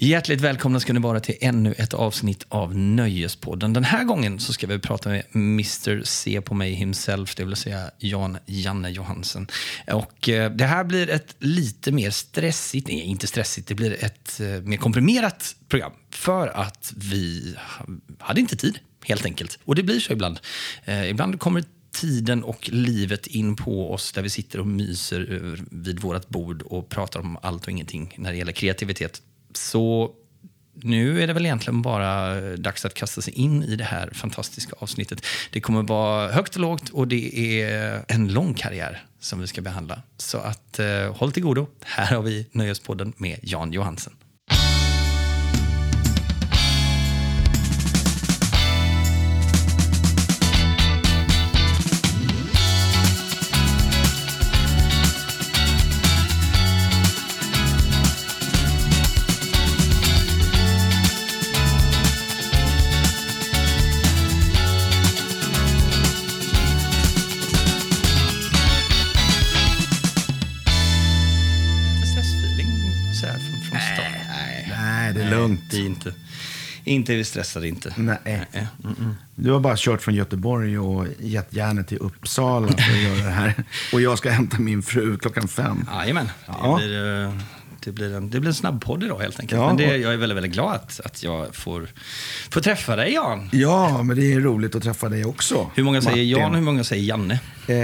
Hjärtligt välkomna ska ni vara till ännu ett avsnitt av Nöjespodden. Den här gången så ska vi prata med Mr. Se på mig himself, det vill säga Janne Johansen. Och det här blir ett lite mer stressigt, nej inte stressigt, det blir ett mer komprimerat program. För att vi hade inte tid, helt enkelt. Och det blir så ibland. Ibland kommer tiden och livet in på oss där vi sitter och myser vid vårt bord och pratar om allt och ingenting när det gäller kreativitet. Så nu är det väl egentligen bara dags att kasta sig in i det här fantastiska avsnittet. Det kommer vara högt och lågt och det är en lång karriär som vi ska behandla. Så att håll till godo. Här har vi Nöjespodden med Jan Johansen. Lugnt. Inte vi stressade inte. Nej. Du har bara kört från Göteborg och gett järnet till Uppsala för att göra det här. Och jag ska hämta min fru 5:00. Jajamän. Ja. Det blir en snabb podd idag helt enkelt. Ja, men jag är väldigt, väldigt glad att jag får träffa dig, Jan. Ja, men det är roligt att träffa dig också. Hur många säger Jan och hur många säger Janne?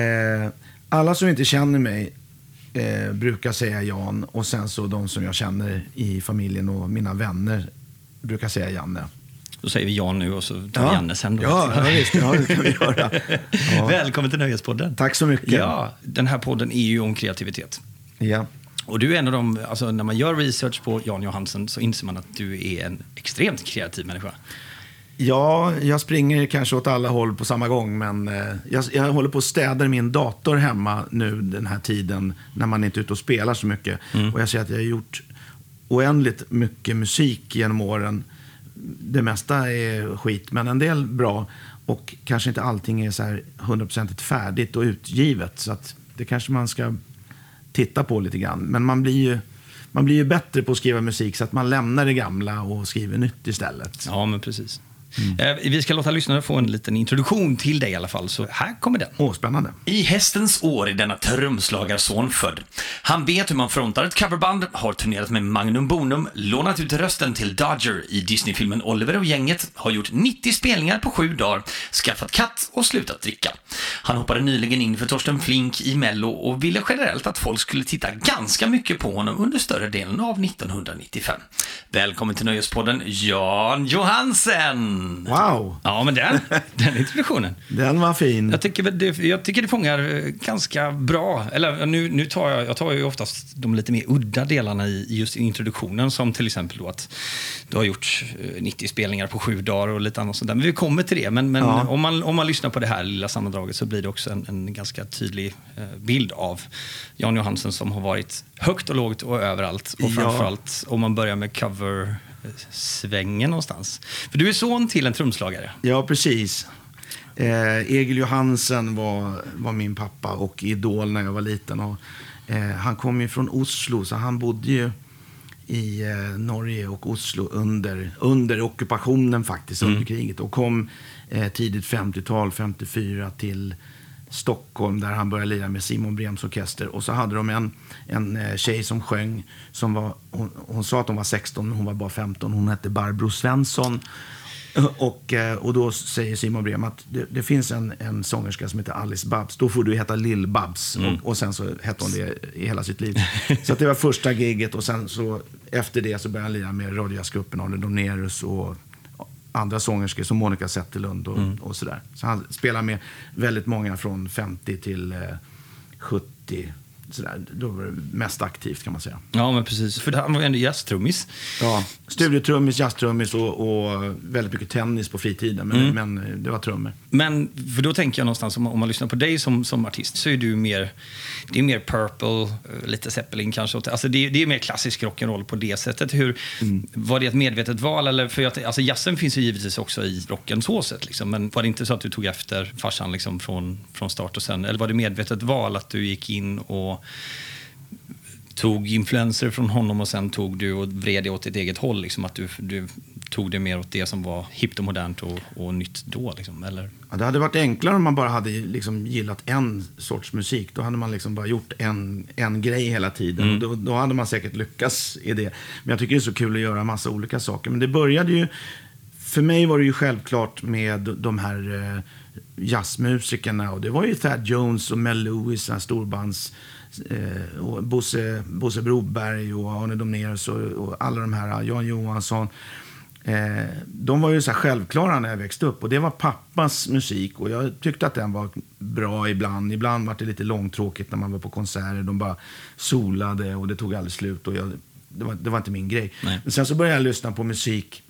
Alla som inte känner mig brukar säga Jan, och sen så de som jag känner i familjen och mina vänner brukar säga Janne. Då säger vi Jan nu och så tar vi Janne sen då. Ja, visst, det kan vi göra. Ja. Välkommen till Nöjespodden. Tack så mycket. Ja, den här podden är ju om kreativitet. Ja. Och du är en av dem, alltså när man gör research på Jan Johansen så inser man att du är en extremt kreativ människa. Ja, jag springer kanske åt alla håll på samma gång, men jag håller på att städa min dator hemma nu den här tiden när man inte är ute och spelar så mycket. Och jag ser att jag har gjort oändligt mycket musik genom åren. Det mesta är skit, men en del bra. Och kanske inte allting är så här 100% färdigt och utgivet. Så att det kanske man ska titta på lite grann. Men man blir ju bättre på att skriva musik så att man lämnar det gamla och skriver nytt istället. Ja, men precis. Vi ska låta lyssnarna få en liten introduktion till dig i alla fall, så här kommer den. Spännande. I hästens år är denna trumslagarson född. Han vet hur man frontar ett coverband, har turnerat med Magnum Bonum, lånat ut rösten till Dodger i Disney-filmen Oliver och gänget, har gjort 90 spelningar på 7 dagar, skaffat katt och slutat dricka. Han hoppade nyligen in för Torsten Flink i Mello och ville generellt att folk skulle titta ganska mycket på honom under större delen av 1995. Välkommen till Nöjespodden, Jan Johansen! Wow! Ja, men den introduktionen. Den var fin. Jag tycker det fångar ganska bra. Eller nu tar jag ju oftast de lite mer udda delarna i just introduktionen, som till exempel då att du har gjort 90 spelningar på 7 dagar och lite annat sånt där. Men vi kommer till det. Men om man lyssnar på det här lilla sammandraget så blir det också en ganska tydlig bild av Jan Johansen som har varit högt och lågt och överallt. Och framförallt om man börjar med cover-svängen någonstans. För du är son till en trumslagare. Ja, precis. Egil Johansen var min pappa och idol när jag var liten. Och, han kom ju från Oslo, så han bodde ju i Norge och Oslo under ockupationen faktiskt, under kriget. Och kom tidigt 50-tal, 54 till Stockholm där han började lira med Simon Brems orkester. Och så hade de en tjej som sjöng, hon sa att hon var 16 men hon var bara 15. Hon hette Barbro Svensson. Och då säger Simon Brems att det finns en sångerska som heter Alice Babs. Då får du heta Lill Babs. Och sen så hette hon det i hela sitt liv. Så att det var första giget, och sen så efter det så började han lira med radiojazzgruppen Arne Donerus och andra sångerskor som Monica Zetterlund och sådär. Så han spelar med väldigt många från 50 till 70. Sådär. Då var det mest aktivt, kan man säga. Ja, men precis. För han var ju ändå jazztrummis. Ja, studiotrummis, jazztrummis och väldigt mycket tennis på fritiden. Men det var trummor. Men för då tänker jag någonstans, om man lyssnar på dig som artist, så är du mer, det är mer Purple, lite Zeppelin kanske. Alltså det är mer klassisk rock'n'roll på det sättet. Var det ett medvetet val? Eller alltså jazzen finns ju givetvis också i rocken så sätt, liksom. Men var det inte så att du tog efter farsan liksom från start och sen? Eller var det medvetet val att du gick in och tog influenser från honom och sen tog du och vred det åt ett eget håll, liksom, att du tog det mer åt det som var hippt och modernt och nytt då, liksom, eller? Ja, det hade varit enklare om man bara hade liksom gillat en sorts musik. Då hade man liksom bara gjort en grej hela tiden. Då hade man säkert lyckats i det. Men jag tycker det är så kul att göra massa olika saker. Men det började ju, för mig var det ju självklart med de här jazzmusikerna. Och det var ju Thad Jones och Mel Lewis, storbands, och Bosse Broberg och Arne Domnéus och alla de här, Jan Johansson. De var ju så här självklara när jag växte upp. Och det var pappas musik. Och jag tyckte att den var bra ibland. Ibland var det lite långtråkigt när man var på konserter. De bara solade och det tog aldrig slut. Och det var inte min grej. Nej. Men sen så började jag lyssna på musik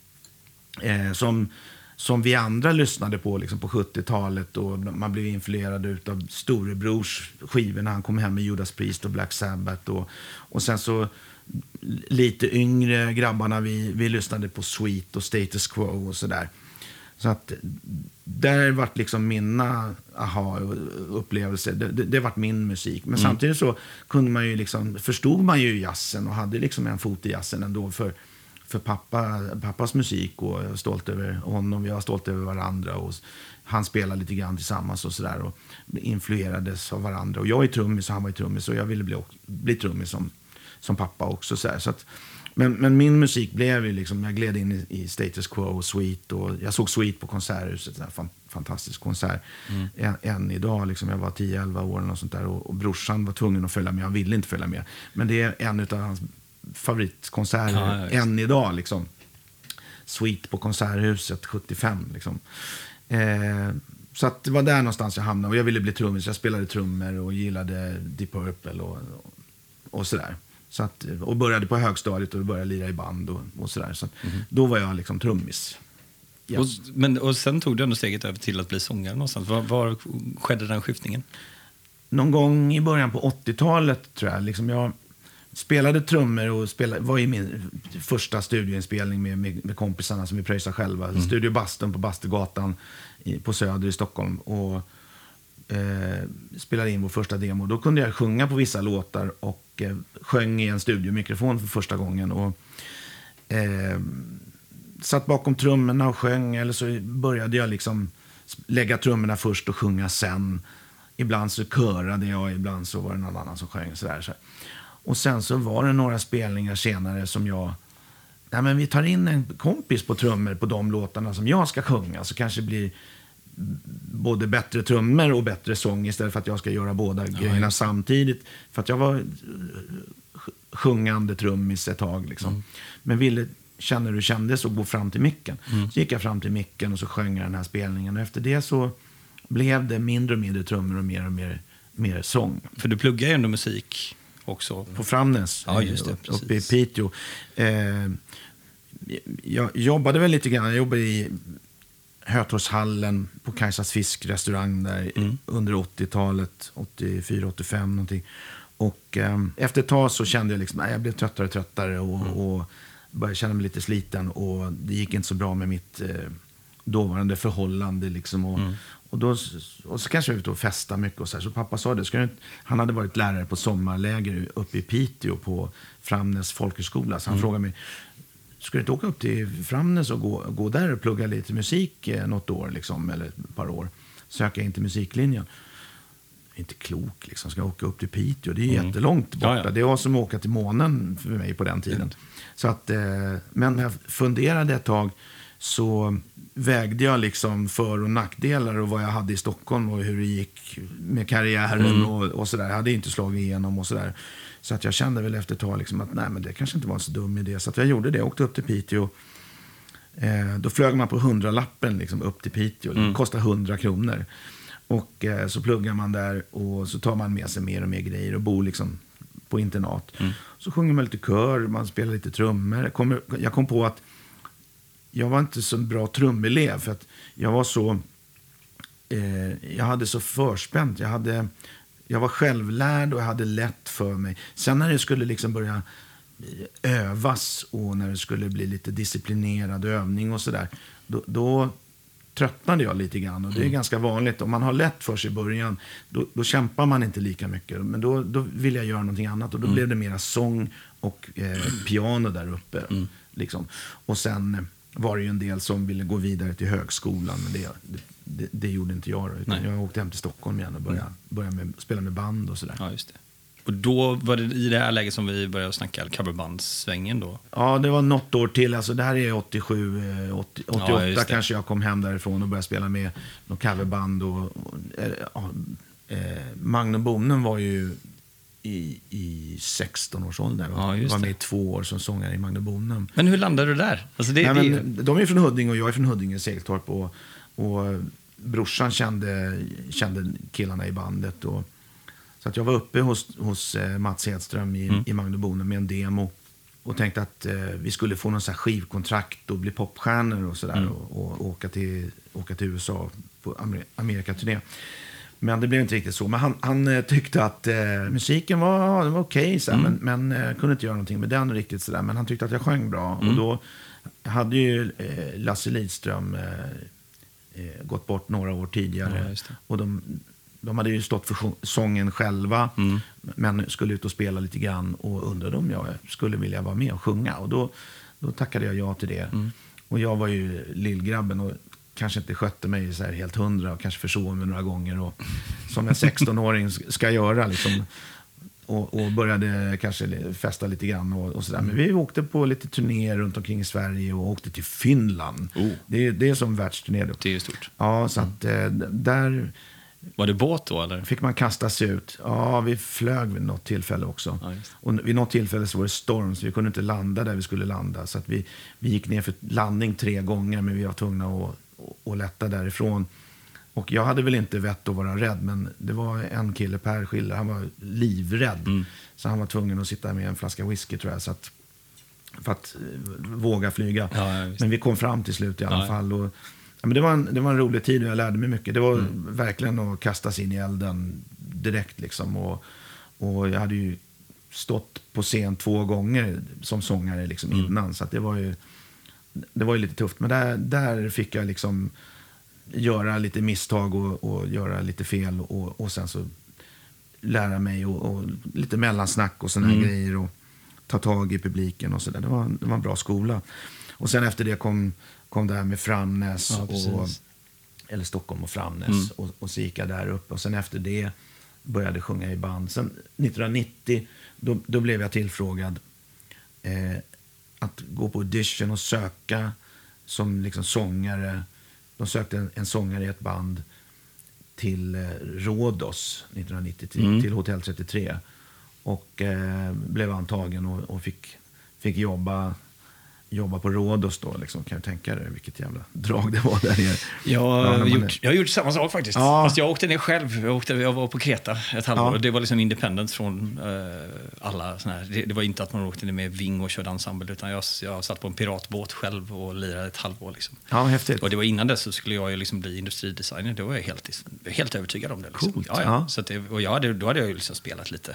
som vi andra lyssnade på liksom på 70-talet. Och man blev influerad av storebrors skivor när han kom hem med Judas Priest och Black Sabbath. Och sen så lite yngre grabbarna, vi lyssnade på Sweet och Status Quo och sådär. Så att där vart liksom mina aha-upplevelser. Det vart min musik. Men samtidigt så kunde man ju liksom, förstod man ju jazzen och hade liksom en fot i jazzen ändå för pappas musik, och jag var stolt över honom, vi var stolt över varandra, och han spelade lite grann tillsammans och sådär och influerades av varandra. Och jag är trummis och han var trummis, och jag ville bli trummis som pappa också. Så att, men min musik blev ju liksom, jag gled in i Status Quo och Sweet, och jag såg Sweet på Konserthuset, en fantastisk konsert än idag, liksom, jag var 10-11 år eller något sånt där, och brorsan var tvungen att följa med, han ville inte följa med, men det är en av hans favoritkonserter än idag, liksom. Sweet på Konserthuset 75 liksom. Så att det var där någonstans jag hamnade, och jag ville bli trummis, jag spelade trummor och gillade Deep Purple och sådär. Så att, och började på högstadiet och började lira i band och sådär. Så då var jag liksom trummis. Ja. Och sen tog du ändå steget över till att bli sångare någonstans. Var skedde den skiftningen? Någon gång i början på 80-talet tror jag. Liksom jag spelade trummor och var i min första studioinspelning med kompisarna som vi pröjsade själva. Studio Bastun på Bastugatan på Söder i Stockholm. Och spelade in vår första demo. Då kunde jag sjunga på vissa låtar och sjöng i en studiomikrofon för första gången. Och satt bakom trummorna och sjöng, eller så började jag liksom lägga trummorna först och sjunga sen. Ibland så körade jag, ibland så var det någon annan som sjöng sådär. Och sen så var det några spelningar senare som men vi tar in en kompis på trummor på de låtarna som jag ska sjunga, så kanske blir både bättre trummor och bättre sång, istället för att jag ska göra båda grejerna samtidigt. För att jag var sjungande trummis ett tag liksom. Men ville känna hur det kändes och gå fram till micken. Så gick jag fram till micken och så sjöng jag den här spelningen. Och efter det så blev det mindre och mindre trummor och mer sång. För du pluggar ju ändå musik också. På Framnäs, ja, just det, uppe i Piteå. Jag jobbade väl lite grann. Jag jobbade i Hötorgshallen på Kajsas fiskrestaurang där under 80-talet, 84-85 någonting. Och efter ett tag så kände jag liksom, jag blev tröttare och tröttare och började känna mig lite sliten, och det gick inte så bra med mitt dåvarande förhållande liksom, och så kanske jag var ute och festa mycket och så pappa sa det, han hade varit lärare på sommarläger uppe i Piteå på Framnäs folkhögskola, så han frågade mig, ska du inte åka upp till Framnäs och gå där och plugga lite musik något år liksom, eller ett par år, söka in till musiklinjen. Inte klok liksom, ska jag åka upp till Piteå, det är jättelångt borta. Ja. Det var som att åka till månen för mig på den tiden. Så att, men när jag funderade ett tag så vägde jag liksom för- och nackdelar och vad jag hade i Stockholm och hur det gick med karriären och sådär. Jag hade inte slagit igenom och sådär. Så att jag kände väl efter ett tag liksom att nej, men det kanske inte var en så dum idé. Så att jag gjorde det, jag åkte upp till Piteå. Då flög man på 100-lappen liksom upp till Piteå. Det kostar 100 kronor. Och så pluggar man där och så tar man med sig mer och mer grejer och bor liksom på internat. Så sjunger man lite kör, man spelar lite trummor. Jag kom på att jag var inte så bra trumelev för att jag var så jag hade så förspänt. Jag var självlärd och jag hade lätt för mig. Sen när det skulle liksom börja övas och när det skulle bli lite disciplinerad övning och sådär, då tröttnade jag lite grann. Och det är ganska vanligt. Om man har lätt för sig i början, då kämpar man inte lika mycket. Men då vill jag göra någonting annat. Och då blev det mera sång och piano där uppe. Liksom. Och sen var det ju en del som ville gå vidare till högskolan. Men det gjorde inte jag. Utan jag åkte hem till Stockholm igen och började spela med band och sådär. Ja, just det. Och då var det i det här läget som vi började snacka coverbandssvängen då? Ja, det var något år till. Alltså, det här är 87, 88 kanske jag kom hem därifrån och började spela med något coverband. Magnum Bonen var ju i 16 års ålder. Jag var med i 2 år som sångare i Magnum Bonen. Men hur landade du där? Alltså de är från Huddinge och jag är från Huddinge, Segeltorp. Och brorsan kände killarna i bandet. Så att jag var uppe hos Mats Hedström i Magnum Bonen med en demo. Och tänkte att vi skulle få någon så här skivkontrakt och bli popstjärnor och sådär. Och åka till USA på Amerikaturné. Men det blev inte riktigt så. Men han tyckte att musiken var okej, men kunde inte göra någonting med den riktigt sådär. Men han tyckte att jag sjöng bra. Och då hade ju Lasse Lidström gått bort några år tidigare. Ja, och de hade ju stått för sången själva, men skulle ut och spela lite grann och undrade om jag skulle vilja vara med och sjunga. Och då tackade jag ja till det. Och jag var ju lillgrabben och kanske inte skötte mig så här helt 100 och kanske försov mig några gånger. Och som en 16-åring ska göra liksom. Och började kanske festa lite grann och sådär. Men vi åkte på lite turnéer runt omkring i Sverige och åkte till Finland. Det är som världsturné då. Det är ju stort. Ja, så att där... Var det båt då, eller? Fick man kasta sig ut. Ja, vi flög vid något tillfälle också. Ja, och vid något tillfälle så var det storm, så vi kunde inte landa där vi skulle landa. Så att vi gick ner för landning 3 gånger, men vi var tvungna att lätta därifrån. Och jag hade väl inte vett att vara rädd, men det var en kille, Per Schiller, han var livrädd. Så han var tvungen att sitta med en flaska whisky, tror jag, så att, för att våga flyga. Ja, men vi kom fram till slut i alla fall. Och men det var en rolig tid och jag lärde mig mycket. Det var verkligen att kastas in i elden direkt liksom. Och jag hade ju stått på scen 2 gånger som sångare liksom innan. Så att det var ju lite tufft. Men där fick jag liksom göra lite misstag och göra lite fel. Och sen så lära mig och lite mellansnack och sådana grejer. Och ta tag i publiken och sådär. Det var en bra skola. Och sen efter det kom det här med Framnäs, eller Stockholm och Framnäs. Och så gick jag där uppe. Och sen efter det började jag sjunga i band. Sen 1990, då blev jag tillfrågad att gå på audition och söka som liksom sångare. De sökte en sångare i ett band till Rhodos 1990, till Hotell 33. Och blev antagen och fick jobba på Rhodos då, liksom. Kan jag tänka dig vilket jävla drag det var där nere. Jag har gjort samma sak faktiskt. Ja. Fast jag åkte ner själv. Jag var på Kreta ett halvår. Och det var liksom independent från alla såna här. Det var inte att man åkte ner med Ving och körde ensemble, utan jag satt på en piratbåt själv och lirade ett halvår. Liksom. Ja, häftigt. Och det var innan dess så skulle jag ju liksom bli industridesigner. Det var jag helt övertygad om det. Liksom. Coolt. Ja. Så att då hade jag ju liksom spelat lite...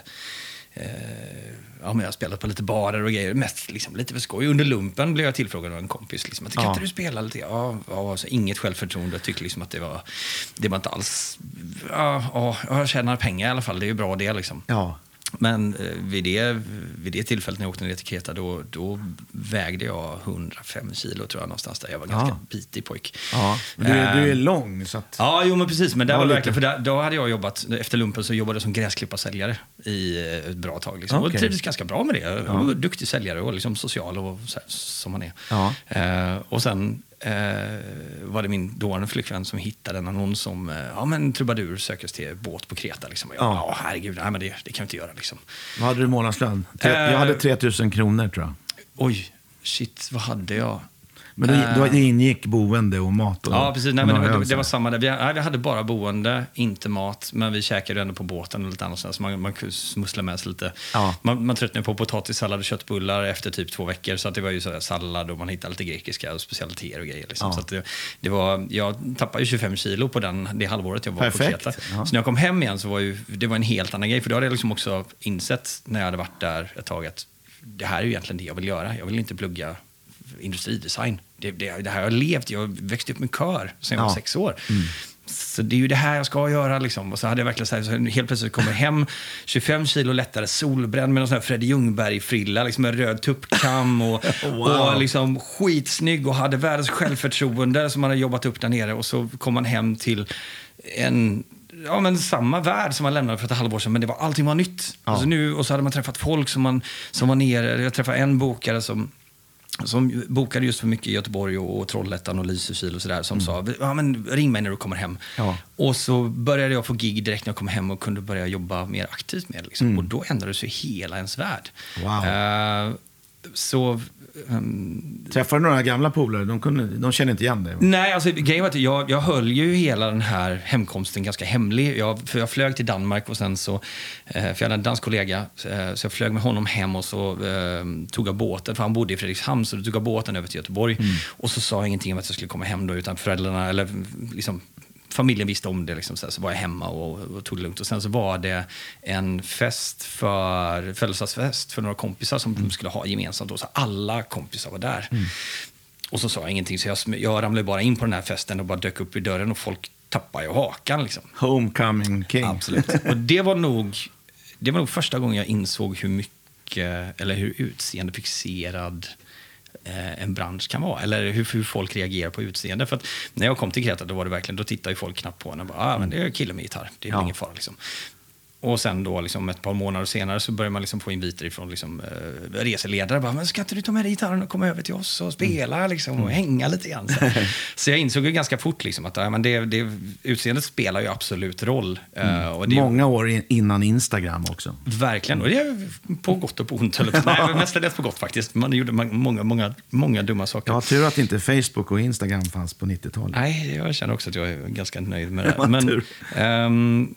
men jag har spelat på lite barer och grejer, mest liksom lite för skoj. Under lumpen blev jag tillfrågad av en kompis liksom, att kan inte du spela lite? Så inget självförtroende. Jag tyckte liksom att det var inte alls jag tjänar pengar i alla fall, det är ju bra det liksom. Ja. Men vid det tillfället när jag åkte ner till Kreta, då vägde jag 105 kilo tror jag någonstans där. Jag var ganska bitig pojk. Ja, men du är lång så att... Ja, men precis. Men det var verkligen, för då hade jag jobbat, efter lumpen så jobbade jag som gräsklipparsäljare i ett bra tag. Liksom. Och trivdes ganska bra med det. Jag var duktig säljare och liksom social och så här, som man är. Ja. Och sen var det min dåvarande flickvän som hittade en annons om trubadur sökes till båt på Kreta. Liksom. Och herregud, nej, men det kan vi inte göra. Liksom. Vad hade du månadslön? Jag hade 3 000 kronor tror jag. Oj, shit, vad hade jag? Men då ingick boende och mat? Ja, precis. Nej, men det var samma där. Vi hade bara boende, inte mat. Men vi käkade ändå på båten och lite annat. Så man smusslade med sig lite. Ja. Man tröttnade på potatissallad och köttbullar efter typ 2 veckor. Så att det var ju så sallad och man hittade lite grekiska och specialiteter och grejer. Liksom. Så att jag tappade ju 25 kilo på det halvåret jag var på Kreta. Ja. Så när jag kom hem igen så var det en helt annan grej. För då hade jag liksom också insett när jag hade varit där ett tag att det här är ju egentligen det jag vill göra. Jag vill inte plugga industridesign. det här har jag levt. Jag växte upp med kör sen jag var 6 år. Så det är ju det här jag ska göra liksom. Och så hade jag verkligen så helt plötsligt kommer hem 25 kilo lättare solbränd med någon sån här Freddie Ljungberg-frilla liksom med röd tuppkam och liksom skitsnygg och hade världens självförtroende som man hade jobbat upp där nere. Och så kom man hem till samma värld som man lämnade för ett halvår sedan, men allting var nytt. Ja. Alltså och så hade man träffat folk som var nere. Jag träffade en bokare som bokade just för mycket i Göteborg och Trollhättan och Lysekil och sådär, som sa, ring mig när du kommer hem. Ja. Och så började jag få gig direkt när jag kom hem och kunde börja jobba mer aktivt med det. Liksom. Och då ändrades ju hela ens värld. Wow. Träffade du några gamla polare? De känner inte igen dig? Nej, alltså grejen var att jag höll ju hela den här hemkomsten ganska hemlig. För jag flög till Danmark och sen så, för jag hade en dansk kollega, så jag flög med honom hem och så tog jag båten, för han bodde i Fredrikshamn, så då tog jag båten över till Göteborg. Och så sa jag ingenting om att jag skulle komma hem då, utan föräldrarna, eller liksom familjen visste om det liksom, så var jag hemma och tog det lugnt. Och sen så var det en födelsedagsfest för några kompisar som de skulle ha gemensamt då, så alla kompisar var där. Och så sa jag ingenting, så jag ramlade bara in på den här festen och bara dök upp i dörren och folk tappade ju hakan liksom. Homecoming king. Absolut. Och det var nog första gången jag insåg hur mycket, eller hur utseendefixerad en bransch kan vara, eller hur folk reagerar på utseende. För att när jag kom till Kreta, då tittade ju folk knappt på en och bara, men det är kille med gitarr, det är ingen fara liksom. Och sen då liksom ett par månader senare så börjar man liksom få inviter ifrån liksom, reseledare. Bara, men ska inte du ta med dig gitarren och komma över till oss och spela liksom, och hänga lite grann? Så jag insåg ju ganska fort liksom, att utseendet spelar ju absolut roll. Och det många år innan Instagram också. Verkligen, och det är på gott och på ont. Nej, mestadels på gott faktiskt. Man gjorde många dumma saker. Ja, tur att inte Facebook och Instagram fanns på 90-talet. Nej, jag känner också att jag är ganska nöjd med det. Men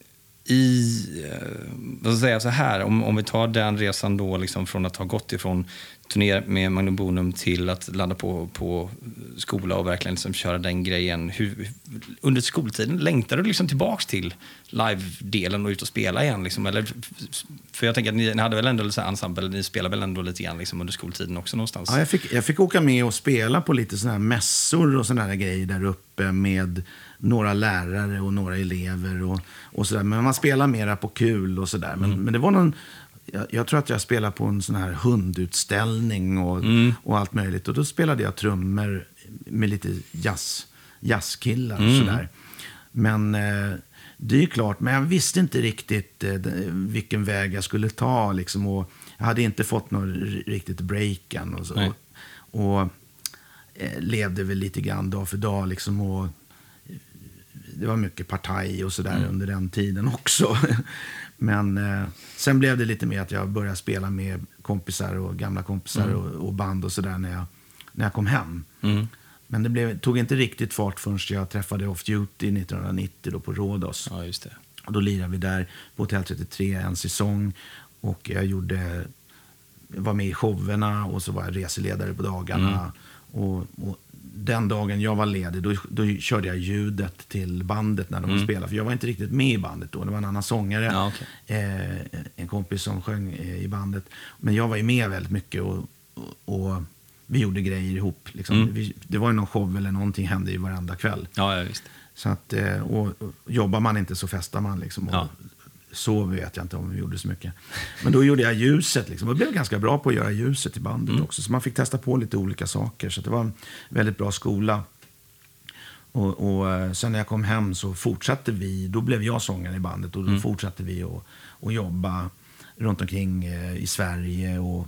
vad ska jag säga så här, om vi tar den resan då liksom, från att ha gått ifrån turné med Magnum Bonum till att landa på skola och verkligen liksom köra den grejen. Under skoltiden längtade du liksom tillbaks till live-delen och ut och spela igen liksom, eller, för jag tänker att ni hade väl ändå lite ensemble, ni spelade väl ändå lite grann liksom under skoltiden också någonstans? Ja, jag fick åka med och spela på lite såna här mässor och såna här grejer där uppe med några lärare och några elever och sådär. Men man spelar mera på kul och sådär. Men det var någon... Jag tror att jag spelade på en sån här hundutställning och allt möjligt. Och då spelade jag trummor med lite jazzkillar och sådär. Men det är klart, men jag visste inte riktigt vilken väg jag skulle ta liksom. Och jag hade inte fått något riktigt break än och så. Och levde väl lite grann dag för dag liksom, och det var mycket partaj och sådär under den tiden också. Men sen blev det lite mer att jag började spela med kompisar och gamla kompisar och band och sådär när jag kom hem. Men det tog inte riktigt fart förrän jag träffade Off Duty 1990 då på Rhodos. Ja, just det. Och då lirade vi där på Hotell 33 en säsong, och jag var med i showerna och så var jag reseledare på dagarna. Och den dagen jag var ledig, då körde jag ljudet till bandet när de spelade. För jag var inte riktigt med i bandet då. Det var en annan sångare, en kompis som sjöng i bandet. Men jag var ju med väldigt mycket och vi gjorde grejer ihop. Liksom. Det var ju någon show eller någonting hände i varenda kväll. Ja, visst. Så att, och jobbar man inte så festar man liksom. Och så vet jag inte om vi gjorde så mycket. Men då gjorde jag ljuset liksom. Och blev ganska bra på att göra ljuset i bandet också. Så man fick testa på lite olika saker. Så det var en väldigt bra skola. Och sen när jag kom hem så fortsatte vi. Då blev jag sångare i bandet. Och då fortsatte vi att jobba runt omkring i Sverige. Och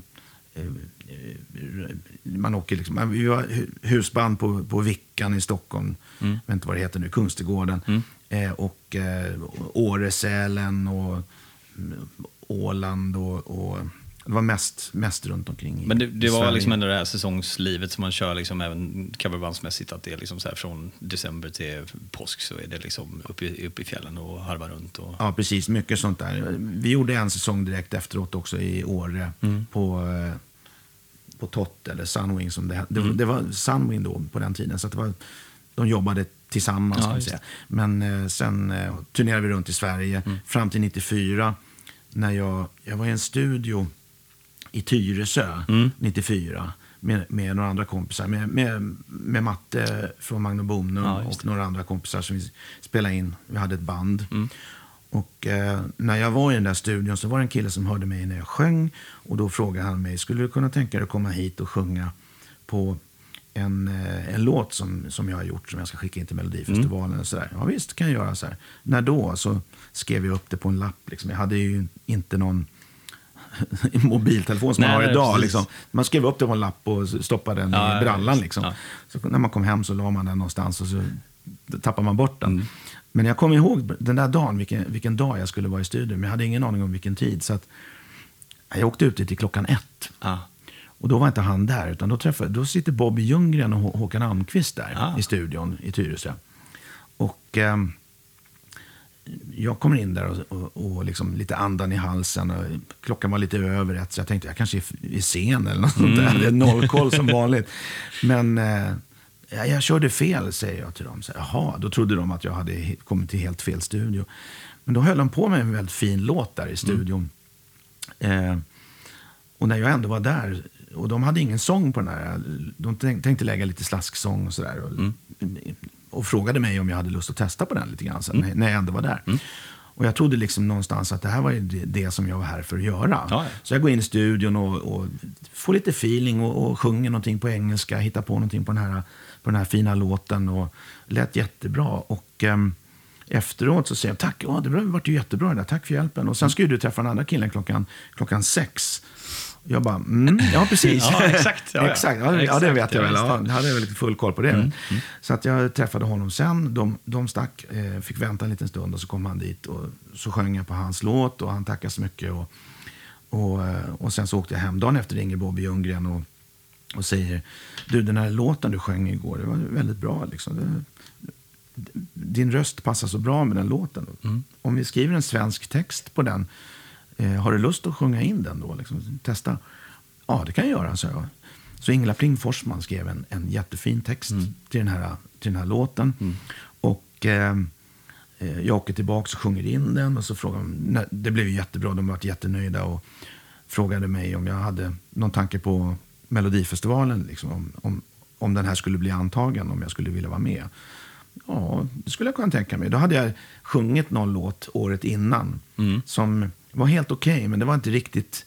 man åker liksom, vi var husband på Vickan i Stockholm. Jag vet inte vad det heter nu, Kungsträdgården. Och Åresälen och Åland och det var mest runt omkring. Men det var liksom ändå det här säsongslivet som man kör liksom även coverbandsmässigt, att det är liksom så här från december till påsk så är det liksom uppe i fjällen och harva runt. Ja, precis. Mycket sånt där. Vi gjorde en säsong direkt efteråt också i Åre på Tott eller Sunwing som det hette. Det var Sunwing då på den tiden, så att de jobbade tillsammans kan man säga. Men sen turnerade vi runt i Sverige fram till 94 när jag var i en studio i Tyresö 94 med några andra kompisar. Med Matte från Magnum Bonum och några andra kompisar som vi spelade in. Vi hade ett band. Och när jag var i den där studion så var det en kille som hörde mig när jag sjöng. Och då frågade han mig, skulle du kunna tänka dig att komma hit och sjunga på en låt som jag har gjort, som jag ska skicka in till Melodifestivalen och sådär. Ja visst, kan jag göra så här. När då? Så skrev jag upp det på en lapp. Liksom. Jag hade ju inte någon mobiltelefon som man har idag. Liksom. Man skrev upp det på en lapp och stoppade den i brallan. Liksom. Ja. Så när man kom hem så la man den någonstans och så tappade man bort den. Men jag kommer ihåg den där dagen, vilken dag jag skulle vara i studion. Men jag hade ingen aning om vilken tid. Så att jag åkte ut till 1:00. Och då var inte han där, utan då sitter Bobby Ljunggren och Håkan Almqvist där i studion i Tyresö. Och jag kommer in där och liksom lite andan i halsen. Och klockan var lite över 1, så jag tänkte jag kanske är i scen eller något sånt där. Det är nollkoll som vanligt. Men jag körde fel, säger jag till dem. Så, jaha, då trodde de att jag hade kommit till helt fel studio. Men då höll de på med en väldigt fin låt där i studion. Och när jag ändå var där, och de hade ingen sång på den här, de tänkte lägga lite slasksång och sådär. Och frågade mig om jag hade lust att testa på den lite grann sen, när jag ändå var där. Och jag trodde liksom någonstans att det här var det som jag var här för att göra. Ja. Så jag går in i studion och får lite feeling och sjunger någonting på engelska, hittar på någonting på den här fina låten, och lät jättebra. Och efteråt så säger jag tack, det var ju jättebra det där, tack för hjälpen. Och sen skulle du träffa en annan killen klockan 6. Jag bara, ja precis. Ja, exakt. Exakt. Ja, det vet jag väl. Ja, jag hade väl lite full koll på det. Så att jag träffade honom sen. De stack, fick vänta en liten stund och så kom han dit. Och så sjöng jag på hans låt och han tackade så mycket. Och sen så åkte jag hem. Dagen efter ringer Bobby Ljunggren och säger, du, den här låten du sjöng igår, det var väldigt bra liksom. Din röst passar så bra med den låten. Om vi skriver en svensk text på den, har du lust att sjunga in den då? Liksom, testa. Ja, det kan jag göra, så jag. Så Ingela Pling Forsman skrev en jättefin text till den här låten. Och jag åker tillbaka och sjunger in den. Och så frågade de, det blev jättebra, de var jättenöjda och frågade mig om jag hade någon tanke på Melodifestivalen. Liksom, om den här skulle bli antagen, om jag skulle vilja vara med. Ja, det skulle jag kunna tänka mig. Då hade jag sjungit någon låt året innan som var helt okej, men det var inte riktigt,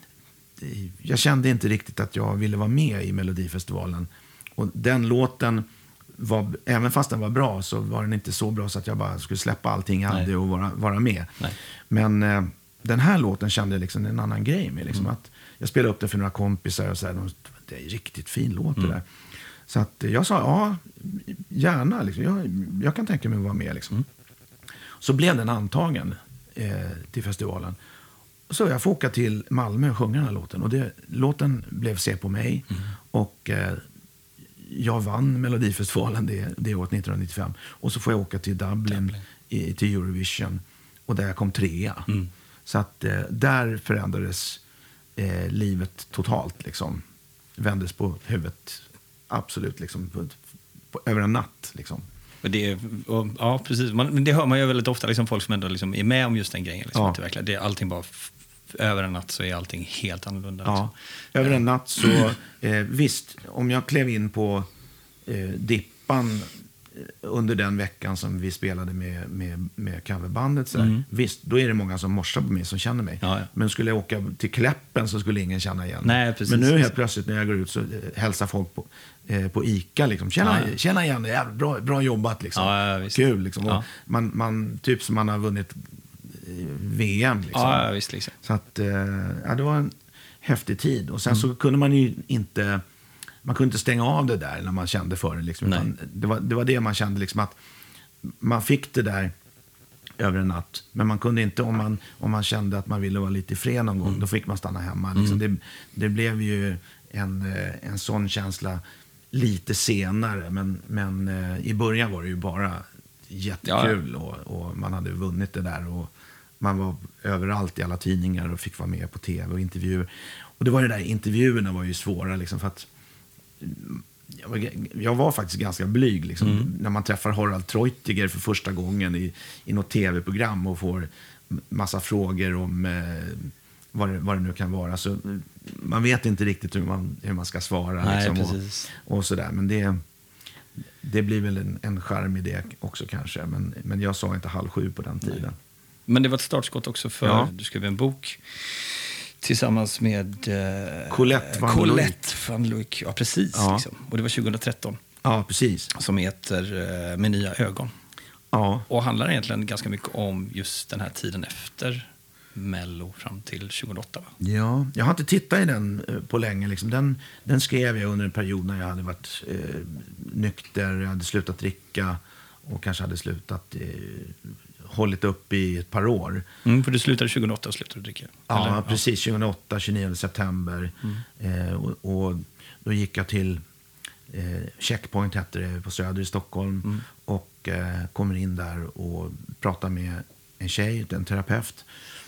jag kände inte riktigt att jag ville vara med i Melodifestivalen. Och den låten var, även fast den var bra, så var den inte så bra så att jag bara skulle släppa allting jag hade och vara med. Nej. Men den här låten kände jag liksom en annan grej med. Liksom, att jag spelade upp den för några kompisar och så här, det är en riktigt fin låt det där. Så att jag sa, ja, gärna. Liksom. Jag kan tänka mig att vara med. Liksom. Så blev den antagen till festivalen. Så jag får åka till Malmö och sjunga den här låten. Och låten blev Se på mig. Och jag vann Melodifestivalen det året 1995. Och så får jag åka till Dublin. Till Eurovision. Och där jag kom 3:a. Så att där förändrades livet totalt. Liksom. Vändes på huvudet. Absolut, liksom, över en natt. Liksom. Ja, precis. Men det hör man ju väldigt ofta, liksom, folk som ändå liksom är med om just den grejen. Liksom, att det är allting bara över en natt så är allting helt annorlunda. Ja, liksom. Över en natt så, visst, om jag klev in på Dippan under den veckan som vi spelade med coverbandet, så visst, då är det många som morsar på mig, som känner mig. Ja. Men skulle jag åka till Kläppen så skulle ingen känna igen. Nej, precis, men nu helt plötsligt när jag går ut så hälsar folk på Ica. Liksom. Tjena igen, det är bra jobbat. Liksom. Ja, kul. Liksom. Ja. Man, typ som man har vunnit VM. Liksom. Ja, visst, liksom. Så att, det var en häftig tid. Och sen så kunde man ju inte... Man kunde inte stänga av det där när man kände för det. Liksom. Det var det man kände, liksom, att man fick det där över en natt. Men man kunde inte, om man kände att man ville vara lite i fred någon gång, då fick man stanna hemma. Liksom. Det blev ju en sån känsla lite senare. Men i början var det ju bara jättekul. Och man hade vunnit det där. Och man var överallt i alla tidningar och fick vara med på tv och intervjuer. Och det var ju där, intervjuerna var ju svåra, liksom, för att jag var faktiskt ganska blyg. Liksom, när man träffar Harald Treutiger för första gången i något tv-program och får massa frågor om vad det nu kan vara. Så man vet inte riktigt hur man ska svara. Nej, liksom, och sådär. Men det blir väl en charm i det också kanske. Men jag sa inte 6:30 på den tiden. Nej. Men det var ett startskott också för du skrev en bok tillsammans med Colette van Looik. Ja, precis. Ja. Liksom. Och det var 2013. Ja, precis. Som heter Med nya ögon. Ja. Och handlar egentligen ganska mycket om just den här tiden efter Mello fram till 2008. Va? Ja, jag har inte tittat i den på länge. Liksom. Den skrev jag under en period när jag hade varit nykter, jag hade slutat dricka och kanske hade slutat hållit upp i ett par år. För du slutade 2008 och slutade dricka? Ja, eller? precis. 2008, 29 september. Och då gick jag till Checkpoint, hette det, på Söder i Stockholm. Och kommer in där och pratar med en tjej, en terapeut.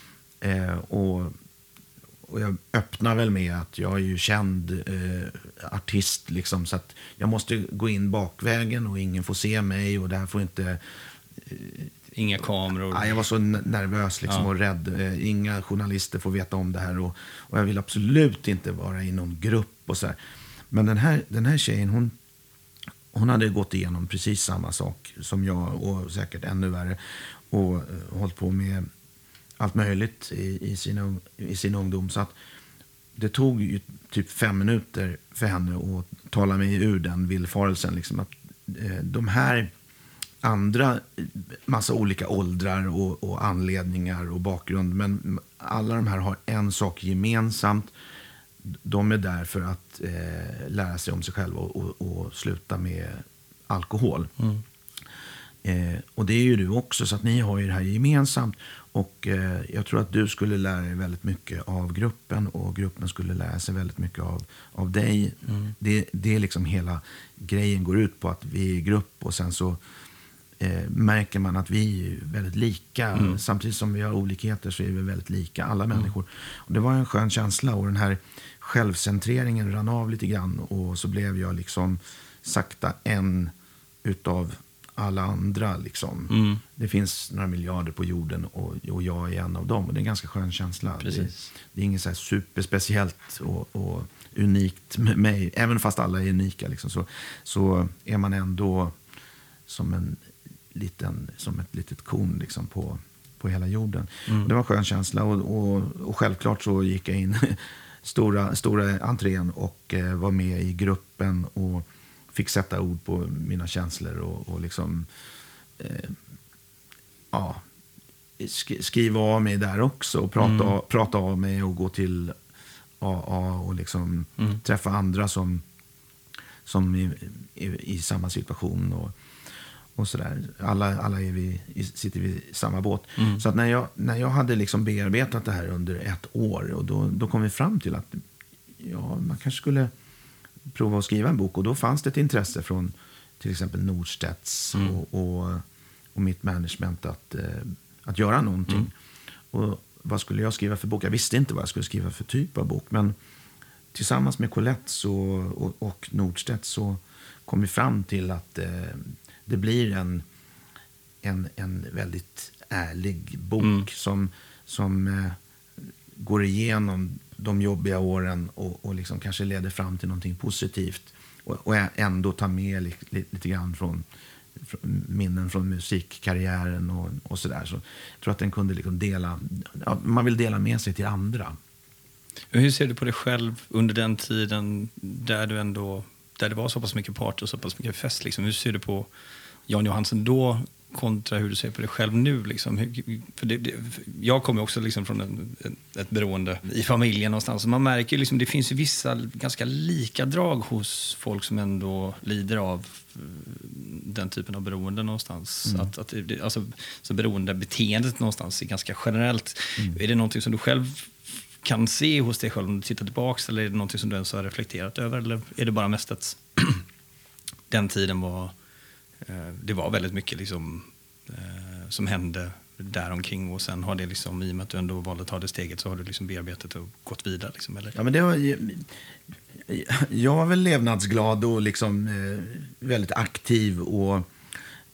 Och jag öppnar väl med att jag är ju känd artist. Liksom, så att jag måste gå in bakvägen och ingen får se mig. Och det här får inte... Inga kameror. Ja, jag var så nervös liksom, och rädd. Inga journalister får veta om det här. Och jag vill absolut inte vara i någon grupp. Och så här. Men den här tjejen, hon hade gått igenom precis samma sak som jag. Och säkert ännu värre. Och hållit på med allt möjligt i sin ungdom. Så att det tog ju typ 5 minuter för henne att tala mig ur den villfarelsen. Liksom, att de här andra, massa olika åldrar och anledningar och bakgrund. Men alla de här har en sak gemensamt. De är där för att lära sig om sig själva och sluta med alkohol. Och det är ju du också, så att ni har ju det här gemensamt. Och jag tror att du skulle lära dig väldigt mycket av gruppen och gruppen skulle lära sig väldigt mycket av dig. Det är liksom hela grejen går ut på, att vi är i grupp och sen så märker man att vi är väldigt lika. Samtidigt som vi har olikheter så är vi väldigt lika, alla människor. Och det var en skön känsla och den här självcentreringen rann av lite grann och så blev jag liksom sakta en utav alla andra. Liksom. Det finns några miljarder på jorden och jag är en av dem. Och det är en ganska skön känsla. Det är inget så här superspeciellt och unikt med mig. Även fast alla är unika liksom, så är man ändå som ett litet korn liksom, på hela jorden. Det var en skön känsla och självklart så gick jag in stora entrén och var med i gruppen och fick sätta ord på mina känslor och liksom skriva av mig där också och prata av mig och gå till AA och liksom träffa andra som är i samma situation och sådär. Alla sitter vi i samma båt. Så att när jag hade liksom bearbetat det här under 1 år och då kom vi fram till att man kanske skulle prova att skriva en bok. Och då fanns det ett intresse från till exempel Nordstedts och mitt management att göra någonting. Och vad skulle jag skriva för bok? Jag visste inte vad jag skulle skriva för typ av bok. Men tillsammans med Colette och Nordstedt så kom vi fram till att det blir en väldigt ärlig bok som går igenom de jobbiga åren och liksom kanske leder fram till någonting positivt och ändå tar med lite grann från minnen från musikkarriären och sådär. Så jag tror att den kunde liksom man vill dela med sig till andra. Hur ser du på dig själv under den tiden där det var så pass mycket party och så pass mycket fest? Liksom? Hur ser du på Jan Johansen då kontra hur du ser på dig själv nu? Liksom? Jag kommer också liksom från ett beroende i familjen någonstans. Man märker liksom, det finns ju vissa ganska lika drag hos folk som ändå lider av den typen av beroende någonstans. Så beroendebeteendet någonstans är ganska generellt. Är det någonting som du själv kan se hos dig själv om du tittar tillbaka, eller är det någonting som du ens har reflekterat över, eller är det bara mest att den tiden det var väldigt mycket liksom, som hände där omkring och sen har det liksom, i och med att du ändå valde att ta det steget, så har du liksom bearbetat och gått vidare liksom, eller? Ja, men jag var väl levnadsglad och liksom väldigt aktiv och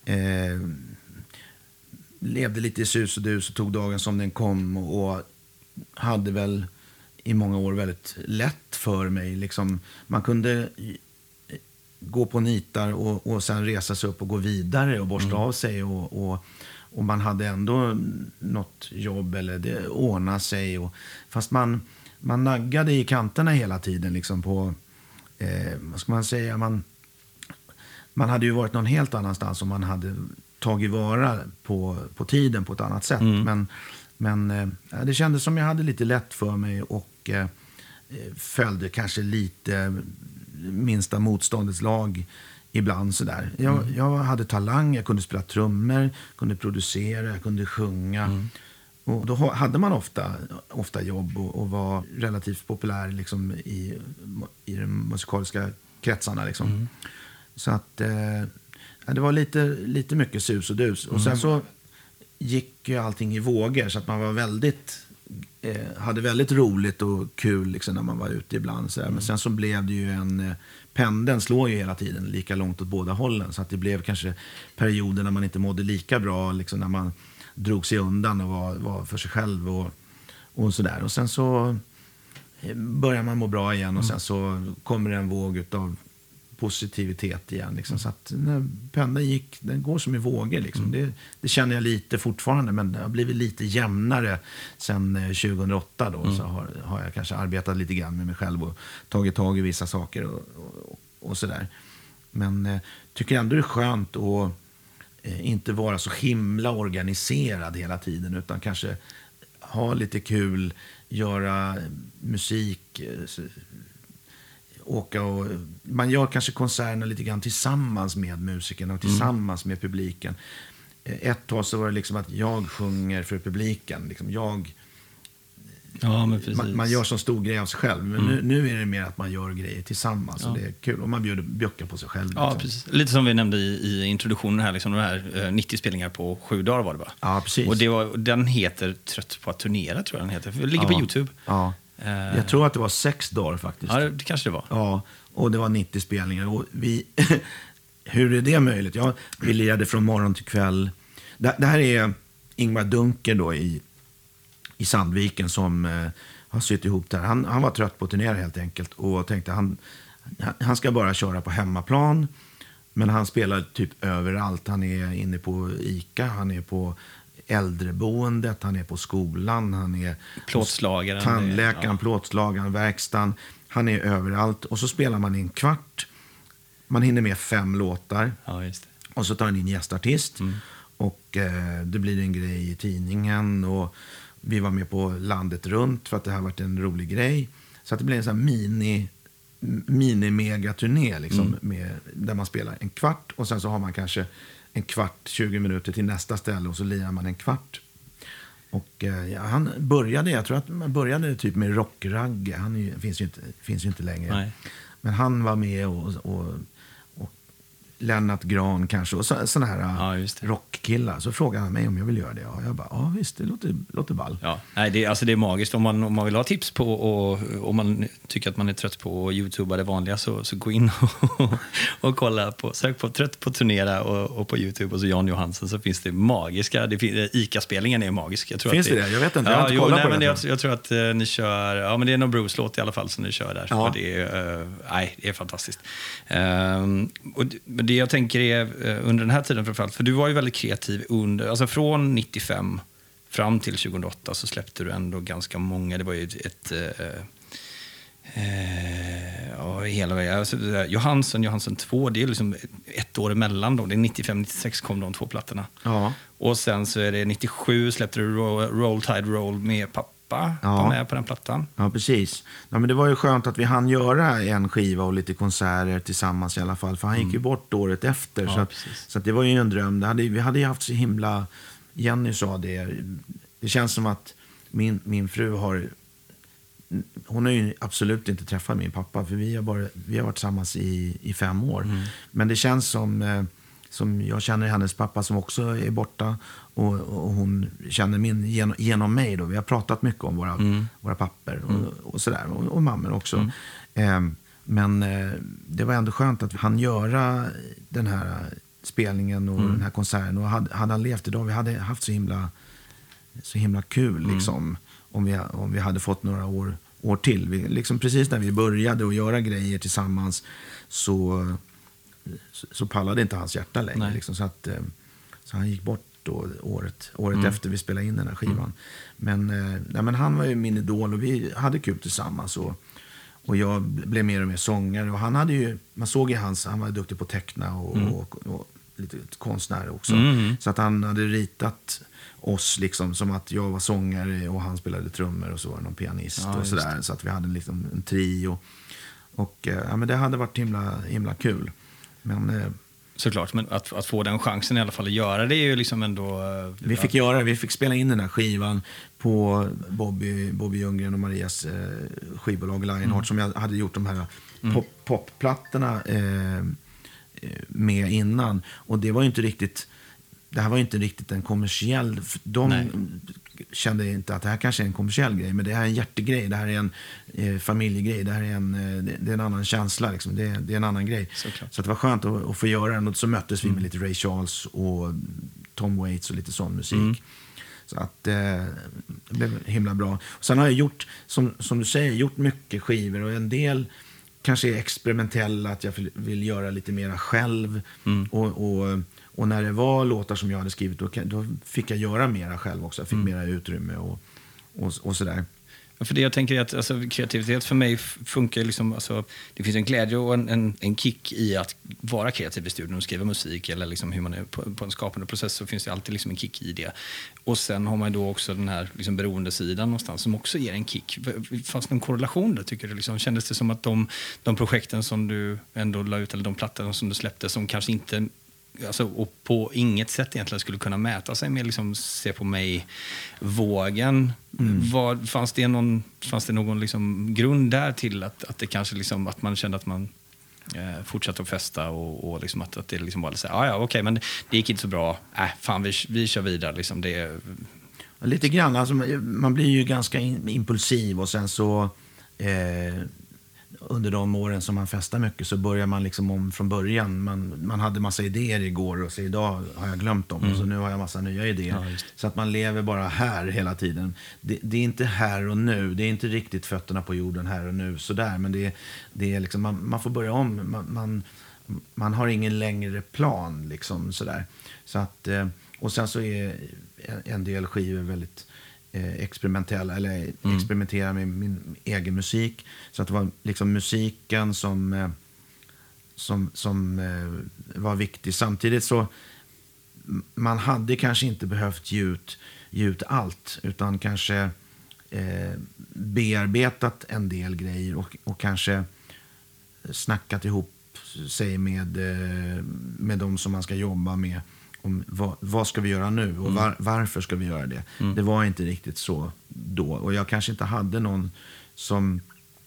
levde lite i sus och dus och tog dagen som den kom och hade väl i många år väldigt lätt för mig. Liksom, man kunde gå på nitar och sen resa sig upp och gå vidare och borsta av sig. Och man hade ändå något jobb eller det ordnade sig. Fast man naggade i kanterna hela tiden liksom på, vad ska man säga, man hade ju varit någon helt annanstans om man hade tagit vara på tiden på ett annat sätt. Men det kändes som jag hade lite lätt för mig och följde kanske lite minsta motståndets lag ibland sådär. Jag hade talang, jag kunde spela trummor, kunde producera, jag kunde sjunga. Och då hade man ofta jobb och var relativt populär liksom i de musikaliska kretsarna liksom. Så att det var lite mycket sus och dus. Och sen så gick ju allting i vågor så att man var hade väldigt roligt och kul liksom, när man var ute ibland. Så men sen så blev det ju pendeln slår ju hela tiden lika långt åt båda hållen. Så att det blev kanske perioder när man inte mådde lika bra, liksom, när man drog sig undan och var för sig själv och sådär. Och sen så börjar man må bra igen och sen så kommer det en våg av positivitet igen. Liksom. Så att när pendeln den går som i vågor. Liksom. Det känner jag lite fortfarande, men det har blivit lite jämnare sen 2008 då. Så har jag kanske arbetat lite grann med mig själv och tagit tag i vissa saker och sådär. Men tycker ändå det är skönt att inte vara så himla organiserad hela tiden, utan kanske ha lite kul, göra musik, man gör kanske konserterna lite grann tillsammans med musikerna och tillsammans med publiken. Ett tag så var det liksom att jag sjunger för publiken. Liksom man gör så stor grej av sig själv. Men nu är det mer att man gör grejer tillsammans. Och det är kul. Och man bjuckar på sig själv. Liksom. Ja, precis. Lite som vi nämnde i introduktionen här. Liksom, de här 90 spelningar på 7 dagar var det va? Ja, precis. Och den heter Trött på att turnera, tror jag den heter. Det ligger på YouTube. Ja. Jag tror att det var 6 dagar faktiskt. Ja, det kanske det var. Ja, och det var 90 spelningar. Och hur är det möjligt? Ja, vi lirade från morgon till kväll. Det här är Ingmar Dunker då i Sandviken som har sytt ihop det här. Han var trött på att turnera helt enkelt och tänkte han ska bara köra på hemmaplan. Men han spelar typ överallt. Han är inne på ICA, han är på äldreboendet, han är på skolan, han är plåtslagaren, tandläkaren, plåtslagaren, verkstaden. Han är överallt. Och så spelar man i en kvart. Man hinner med 5 låtar. Ja, just det. Och så tar han in gästartist. Och det blir en grej i tidningen. Och vi var med på landet runt för att det här varit en rolig grej. Så att det blev en sån här mini-megaturné liksom, där man spelar en kvart. Och sen så har man kanske en kvart, 20 minuter till nästa ställe och så lirar man en kvart. Och han började, jag tror att man började typ med rockragge. Han finns ju inte längre. Nej. Men han var med och Lennart Gran kanske och såna här rockkillar. Så frågade han mig om jag vill göra det. Och jag bara, ja visst, det låter ball. Ja. Nej, det är magiskt. Om man vill ha tips på och om man tycker att man är trött på YouTube det vanliga så gå in och kolla sök på Trött på turnera och på YouTube och så Jan Johansen så finns det magiska. ICA-spelningen är magisk. Jag tror finns det? Jag vet inte, jag har inte kollat på det. Jag tror att ni kör, men det är någon Bruce-låt i alla fall som ni kör där. Ja. Det är fantastiskt. Och det jag tänker är under den här tiden framförallt, för du var ju väldigt kreativ alltså från 95 fram till 2008 så släppte du ändå ganska många. Det var ju hela vägen. Alltså, Johansen 2, det är liksom 1 år emellan då. Det är 95-96 kom de 2 plattorna. Ja. Och sen så är det 97 släppte du Roll Tide Roll med pappa. Var med på den plattan. Ja, precis. Ja, men det var ju skönt att vi hann göra en skiva och lite konserter tillsammans i alla fall. För han gick ju bort året efter. Ja, så att det var ju en dröm. Vi hade ju haft så himla... Jenny sa det. Det känns som att min fru hon har ju absolut inte träffat min pappa. För vi har varit tillsammans i 5 år. Men det känns som jag känner hennes pappa som också är borta och hon känner min genom mig då. Vi har pratat mycket om våra papper och sådär och mammor också. Men det var ändå skönt att han göra den här spelningen och den här konserten och hade han levt idag, vi hade haft så himla kul liksom. om vi hade fått några år till. Liksom precis när vi började att göra grejer tillsammans så pallade inte hans hjärta längre. Liksom, så han gick bort då året efter vi spelade in den här skivan. Men han var ju min idol och vi hade kul tillsammans. Och jag blev mer och mer sångare. Och han hade ju, man såg ju han var duktig på att teckna och lite konstnär också. Så att han hade ritat oss liksom som att jag var sångare och han spelade trummor och så var det någon pianist och sådär. Så att vi hade liksom en trio. Och men det hade varit himla kul. Men såklart, men att få den chansen i alla fall att göra det är ju liksom ändå... Vi fick spela in den här skivan på Bobby Ljunggren och Marias skivbolag Lionheart som jag hade gjort de här popplattorna med innan. Och det var ju inte riktigt... Det här var ju inte riktigt en kommersiell... kände inte att det här kanske är en kommersiell grej, men det här är en hjärtegrej, det här är en familjegrej, det här är det är en annan känsla liksom. Det är en annan grej. Så det var skönt att få göra den, och så möttes vi med lite Ray Charles och Tom Waits och lite sån musik. Så att det blev himla bra. Och sen har jag gjort, som du säger, gjort mycket skivor, och en del kanske är experimentella, att jag vill göra lite mera själv. Och när det var låtar som jag hade skrivit, då fick jag göra mera själv också. Jag fick mera utrymme och sådär. För det jag tänker är att alltså, kreativitet för mig funkar liksom, alltså, det finns en glädje och en kick i att vara kreativ i studion och skriva musik, eller liksom hur man är på en skapande process, så finns det alltid liksom en kick i det. Och sen har man då också den här liksom beroendesidan någonstans som också ger en kick. Fanns det en korrelation där, tycker du? Liksom, kändes det som att de projekten som du ändå la ut, eller de plattorna som du släppte, som kanske inte... Alltså, och på inget sätt egentligen skulle kunna mäta sig med liksom, Se på mig-vågen. Fanns det någon liksom grund där till att det kanske liksom, att man kände att man fortsatte att festa och liksom att det liksom var så här, okej, men det gick inte så bra. Fan, vi kör vidare liksom, det. Lite grann, alltså, man blir ju ganska impulsiv, och sen så under de åren som man festar mycket så börjar man liksom om från början. Man hade massa idéer igår, och så idag har jag glömt dem, och så nu har jag massa nya idéer. Så att man lever bara här hela tiden. Det är inte här och nu, det är inte riktigt fötterna på jorden här och nu sådär, men det är liksom, man får börja om. Man har ingen längre plan liksom sådär. Så att, och sen så är en del skivor väldigt experimentella, eller experimentera med min egen musik, så att det var liksom musiken som var viktig. Samtidigt så man hade kanske inte behövt ge ut allt, utan kanske bearbetat en del grejer och kanske snackat ihop sig med de som man ska jobba med om vad ska vi göra nu och varför ska vi göra det. Det var inte riktigt så då, och jag kanske inte hade någon som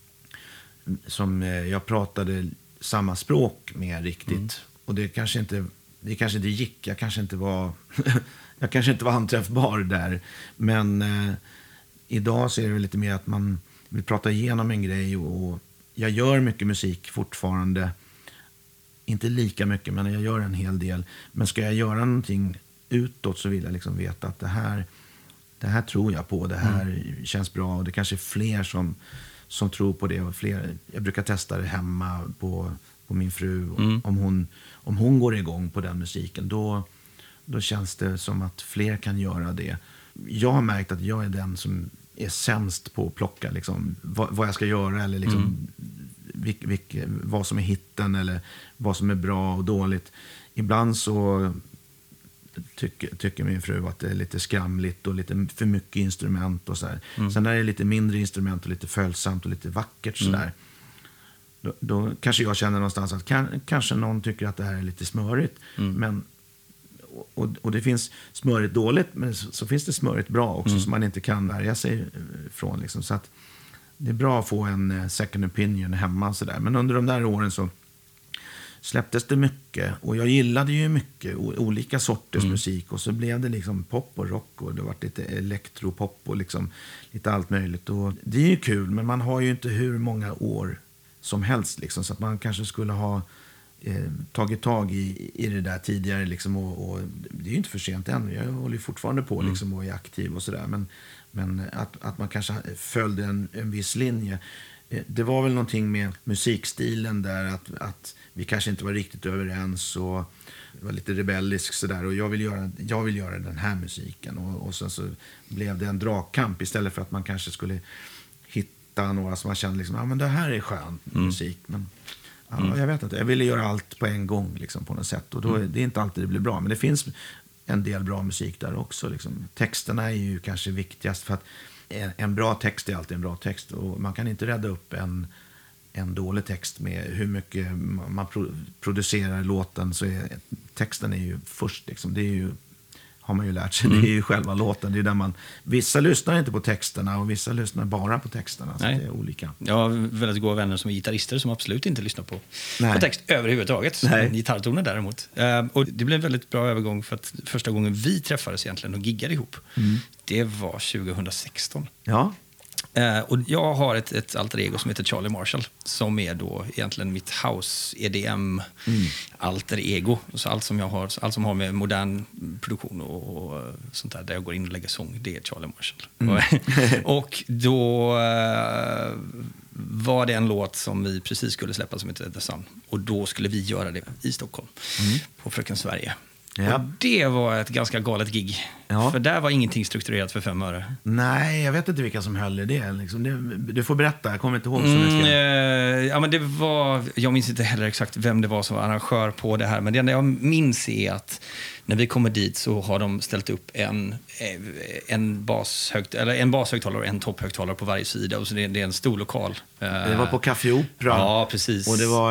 jag pratade samma språk med riktigt, och det kanske inte gick. Jag kanske inte var jag kanske inte var anträffbar där, men idag så är det lite mer att man vill prata igenom en grej, och jag gör mycket musik fortfarande. Inte lika mycket, men jag gör en hel del. Men ska jag göra någonting utåt så vill jag liksom veta att det här tror jag på. Det här känns bra, och det kanske är fler som tror på det. Och jag brukar testa det hemma på min fru. Om hon går igång på den musiken, då känns det som att fler kan göra det. Jag har märkt att jag är den som är sämst på att plocka liksom, vad jag ska göra, eller liksom, vad som är hitten eller vad som är bra och dåligt. Ibland så tycker min fru att det är lite skramligt och lite för mycket instrument och så här. Sen när det är lite mindre instrument och lite följsamt och lite vackert så där, då kanske jag känner någonstans att kanske någon tycker att det här är lite smörigt, men och det finns smörigt dåligt, men så finns det smörigt bra också, som man inte kan värja sig från liksom. Så att det är bra att få en second opinion hemma så där. Men under de där åren så släpptes det mycket, och jag gillade ju mycket olika sorters musik, och så blev det liksom pop och rock, och det var lite elektropop och liksom lite allt möjligt, och det är ju kul, men man har ju inte hur många år som helst liksom, så att man kanske skulle ha tagit tag i det där tidigare liksom, och det är ju inte för sent än. Jag håller ju fortfarande på liksom, och är aktiv och sådär. Men att man kanske följde en viss linje. Det var väl någonting med musikstilen där att vi kanske inte var riktigt överens och det var lite rebellisk sådär, och jag vill göra den här musiken, och sen så blev det en dragkamp istället för att man kanske skulle hitta några som man kände liksom, men det här är skön musik, men jag vet inte, jag ville göra allt på en gång liksom, på något sätt, och då det är inte alltid det blir bra, men det finns en del bra musik där också liksom. Texterna är ju kanske viktigast, för att en bra text är alltid en bra text, och man kan inte rädda upp en dålig text med hur mycket man producerar låten, så texten är ju först liksom. Det är ju, har man ju lärt sig, det är ju själva låten, det är där vissa lyssnar inte på texterna och vissa lyssnar bara på texterna, så det är olika. Jag har väldigt goda vänner som är gitarrister som absolut inte lyssnar på text överhuvudtaget. Gitarrtoner däremot. Och det blev en väldigt bra övergång, för att första gången vi träffades egentligen och giggade ihop, det var 2016. Ja. Och jag har ett alter ego som heter Charlie Marshall, som är då egentligen mitt house EDM alter ego. Så allt som har med modern produktion och sånt där jag går in och lägger sång, det är Charlie Marshall. Och då var det en låt som vi precis skulle släppa som heter The Sun, och då skulle vi göra det i Stockholm på Fröken Sverige. Ja. Och det var ett ganska galet gig. Ja. För där var ingenting strukturerat för 5 öre. Nej, jag vet inte vilka som höll i det. Liksom, du får berätta, jag kommer inte ihåg så mycket. Ja, men det var, jag minns inte heller exakt vem det var som var arrangör på det här. Men det enda jag minns är att när vi kommer dit så har de ställt upp en bashögtalare och en topphögtalare på varje sida. Och så det är en stor lokal. Det var på Café Opera. Ja, precis. Och det var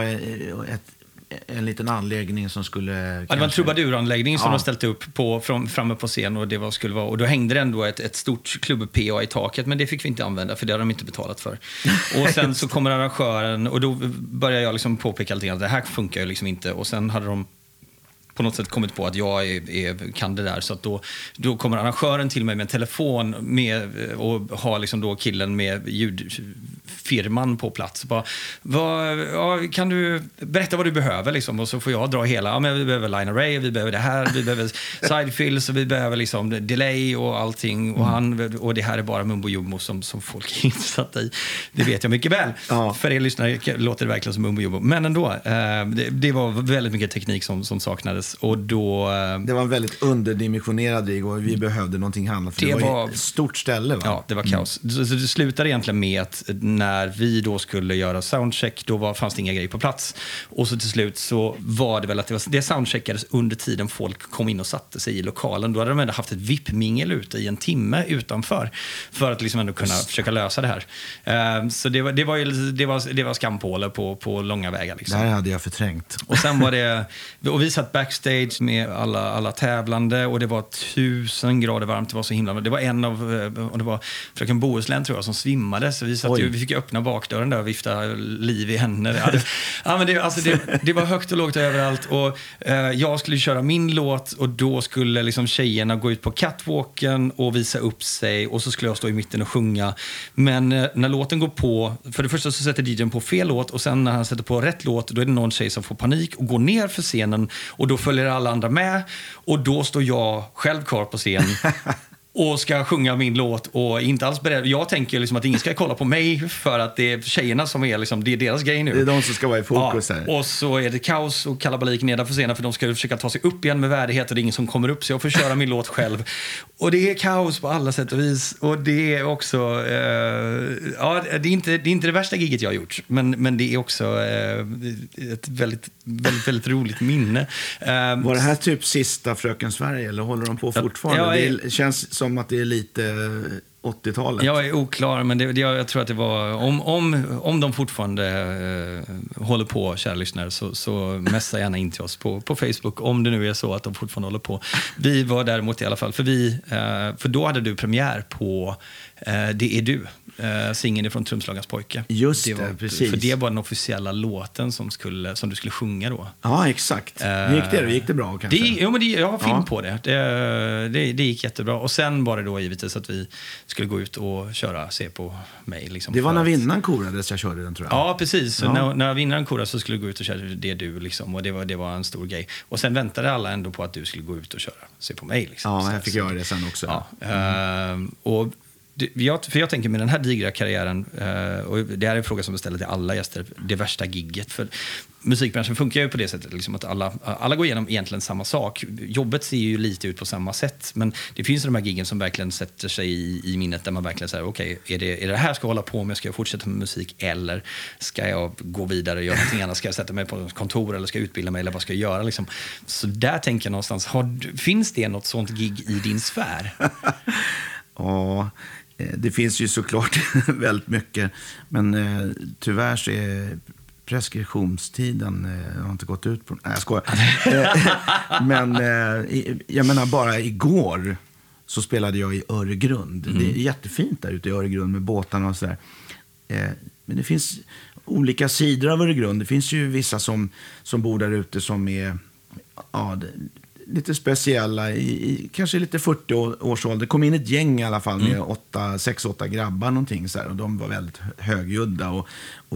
en liten anläggning som skulle... Ja, det var en trubaduranläggning som de ställt upp framme på scen, och det skulle vara, och då hängde det ändå ett stort klubb-PA i taket, men det fick vi inte använda, för det har de inte betalat för. Och sen så kommer arrangören, och då börjar jag liksom påpeka allting att det här funkar ju liksom inte, och sen hade de på något sätt kommit på att jag kan det där, så att då kommer arrangören till mig med en telefon och har liksom då killen med ljudfirman på plats. Bara, kan du berätta vad du behöver liksom? Och så får jag dra hela, men vi behöver line array, vi behöver det här, vi behöver sidefills, och vi behöver liksom delay och allting, och det här är bara mumbo jumbo som folk är insatta i. Det vet jag mycket väl. Ja. För er lyssnare låter det verkligen som mumbo jumbo, men ändå, det var väldigt mycket teknik som saknades. Och då, det var en väldigt underdimensionerad rigg, och vi behövde någonting annat, för det var ett stort ställe, va? Ja, det var kaos. Så det slutade egentligen med att när vi då skulle göra soundcheck, då fanns det inga grejer på plats. Och så till slut så var det väl att det soundcheckades under tiden folk kom in och satte sig i lokalen. Då hade de ändå haft ett VIP-mingel ute i en timme utanför, för att liksom ändå kunna försöka lösa det här. Så det var skampåle på långa vägar liksom. Det här hade jag förträngt. Och sen var det, och vi satt backstage med alla tävlande, och det var 1000 grader varmt, det var så himla. Det var och det var Fröken Bohuslän, tror jag, som svimmade, så vi fick öppna bakdörren där och vifta liv i henne. Det var högt och lågt överallt, och jag skulle köra min låt, och då skulle liksom tjejerna gå ut på catwalken och visa upp sig, och så skulle jag stå i mitten och sjunga. Men när låten går på, för det första så sätter DJ:n på fel låt, och sen när han sätter på rätt låt, då är det någon tjej som får panik och går ner för scenen, och då följer alla andra med, och då står jag själv kvar på scen och ska sjunga min låt, och inte alls beredd. Jag tänker liksom att ingen ska kolla på mig, för att det är tjejerna som är liksom, det är deras grej nu. Det är de som ska vara i fokus här. Och så är det kaos och kalabalik nedanför scenen, för de ska försöka ta sig upp igen med värdighet, och det är ingen som kommer upp, så jag får köra min låt själv. Och det är kaos på alla sätt och vis, och det är också det är inte det värsta giget jag har gjort, men det är också ett väldigt, väldigt, väldigt roligt minne. Var det här typ sista Fröken Sverige, eller håller de på fortfarande? Det känns som att det är lite 80-talet. Jag är oklar, men jag tror att det var, om de fortfarande håller på, kära lyssnare, så messa gärna in till oss på Facebook, om det nu är så att de fortfarande håller på. Vi var däremot i alla fall, för då hade du premiär på Det är du. Singeln från Trumslagarens pojke. Just det, precis. För det var den officiella låten som du skulle sjunga då. Ja, exakt. Gick det bra kanske? Jag har film på det. Det gick jättebra. Och sen var det då givetvis att vi skulle gå ut och Se på mig. Liksom, det var när vinnaren korades jag körde den, tror jag. Ja, precis. Ja. När vinnaren korades så skulle du gå ut och köra Det är du. Liksom, och det var en stor grej. Och sen väntade alla ändå på att du skulle gå ut och Se på mig. Liksom. Ja, jag fick göra det sen också. Ja. Och jag tänker med den här digra karriären, och det här är en fråga som jag ställer till alla gäster, det värsta gigget. För musikbranschen funkar ju på det sättet liksom att alla går igenom egentligen samma sak. Jobbet ser ju lite ut på samma sätt, men det finns de här giggen som verkligen sätter sig i minnet, där man verkligen säger okej, är det här ska jag hålla på med? Ska jag fortsätta med musik, eller ska jag gå vidare och göra någonting annat? Ska jag sätta mig på ett kontor, eller ska jag utbilda mig, eller vad ska jag göra liksom? Så där tänker jag någonstans, finns det något sånt gig i din sfär? Ja, det finns ju såklart väldigt mycket, men tyvärr så är preskriptionstiden har inte gått ut på... Nej, jag skojar. Men jag menar, bara igår så spelade jag i Öregrund. Det är jättefint där ute i Öregrund med båtarna och sådär. Men det finns olika sidor av Öregrund. Det finns ju vissa som bor där ute som är... Ja, lite speciella, kanske lite 40 års ålder. Det kom in ett gäng i alla fall med 6-8 grabbar någonting så här, och de var väldigt högljudda och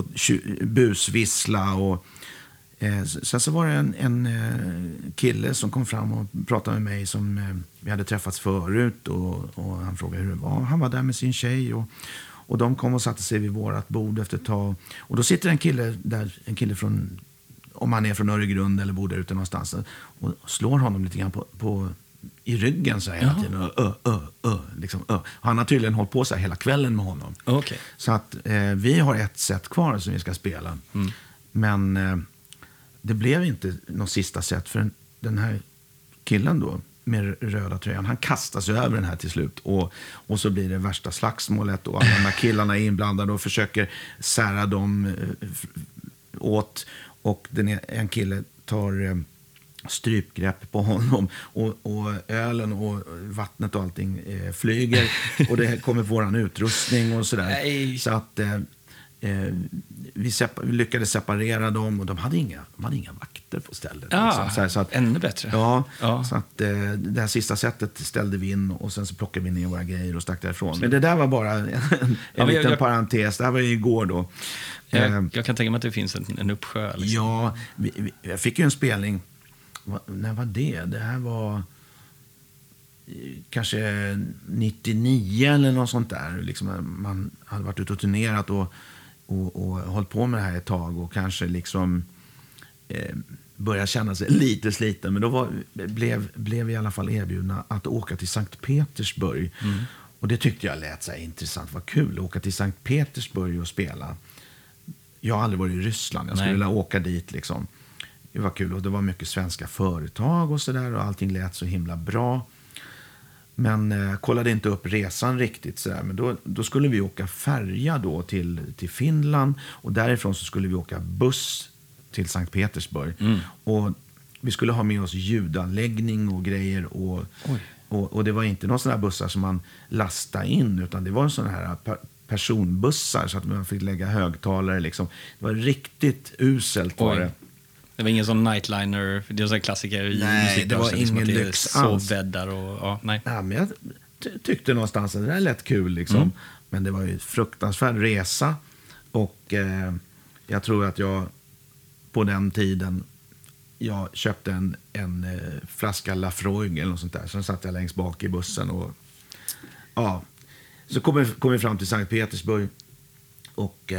busvissla och sen så var det en kille som kom fram och pratade med mig som vi hade träffats förut, och han frågade hur det var. Han var där med sin tjej och de kom och satte sig vid vårat bord efter ett tag, och då sitter en kille från, om han är från Öregrund eller bor där ute någonstans, och slår honom lite grann i ryggen så här hela tiden. Liksom. Han har tydligen hållit på så här hela kvällen med honom. Okay. Så att vi har ett set kvar som vi ska spela. Men det blev inte något sista set, för den här killen då med röda tröjan, han kastar sig över den här till slut, och så blir det värsta slagsmålet, och alla de här killarna är inblandade och försöker sära dem åt. Och en kille tar strypgrepp på honom, och ölen och vattnet och allting flyger, och det kommer på våran utrustning och sådär. Så att vi lyckades separera dem, och de hade inga vakter på stället. Liksom. Så att, ännu bättre. Ja. Så att det här sista sättet ställde vi in, och sen så plockade vi ner våra grejer och stack därifrån. Men det där var bara en liten parentes. Det här var ju igår då. Jag kan tänka mig att det finns en uppsjö. Liksom. Ja, jag fick ju en spelning. När var det? Det här var kanske 99 eller något sånt där. Liksom, man hade varit ute och turnerat och hållit på med det här ett tag, och kanske liksom började känna sig lite sliten. Men då blev vi i alla fall erbjudna att åka till Sankt Petersburg. Och det tyckte jag lät så här intressant. Vad kul att åka till Sankt Petersburg och spela. Jag har aldrig varit i Ryssland. Jag skulle vilja åka dit liksom. Det var kul, och det var mycket svenska företag och sådär, och allting lät så himla bra. Men kollade inte upp resan riktigt sådär. Men då skulle vi åka färja då till Finland, och därifrån så skulle vi åka buss till Sankt Petersburg. Och vi skulle ha med oss ljudanläggning och grejer, och det var inte några sådana här bussar som man lastade in, utan det var sådana här personbussar, så att man fick lägga högtalare liksom. Det var riktigt uselt var det. Det var ingen sån nightliner, det är en sån klassiker i musik. Det var ingen lyx alls. Sovbäddar och nej. Ja, men jag tyckte någonstans att det där lät kul liksom. Men det var ju en fruktansvärd resa, och jag tror att jag på den tiden jag köpte en flaska Lafroig eller något sånt där. Sen satt jag längst bak i bussen, och ja, så kom vi fram till Sankt Petersburg, och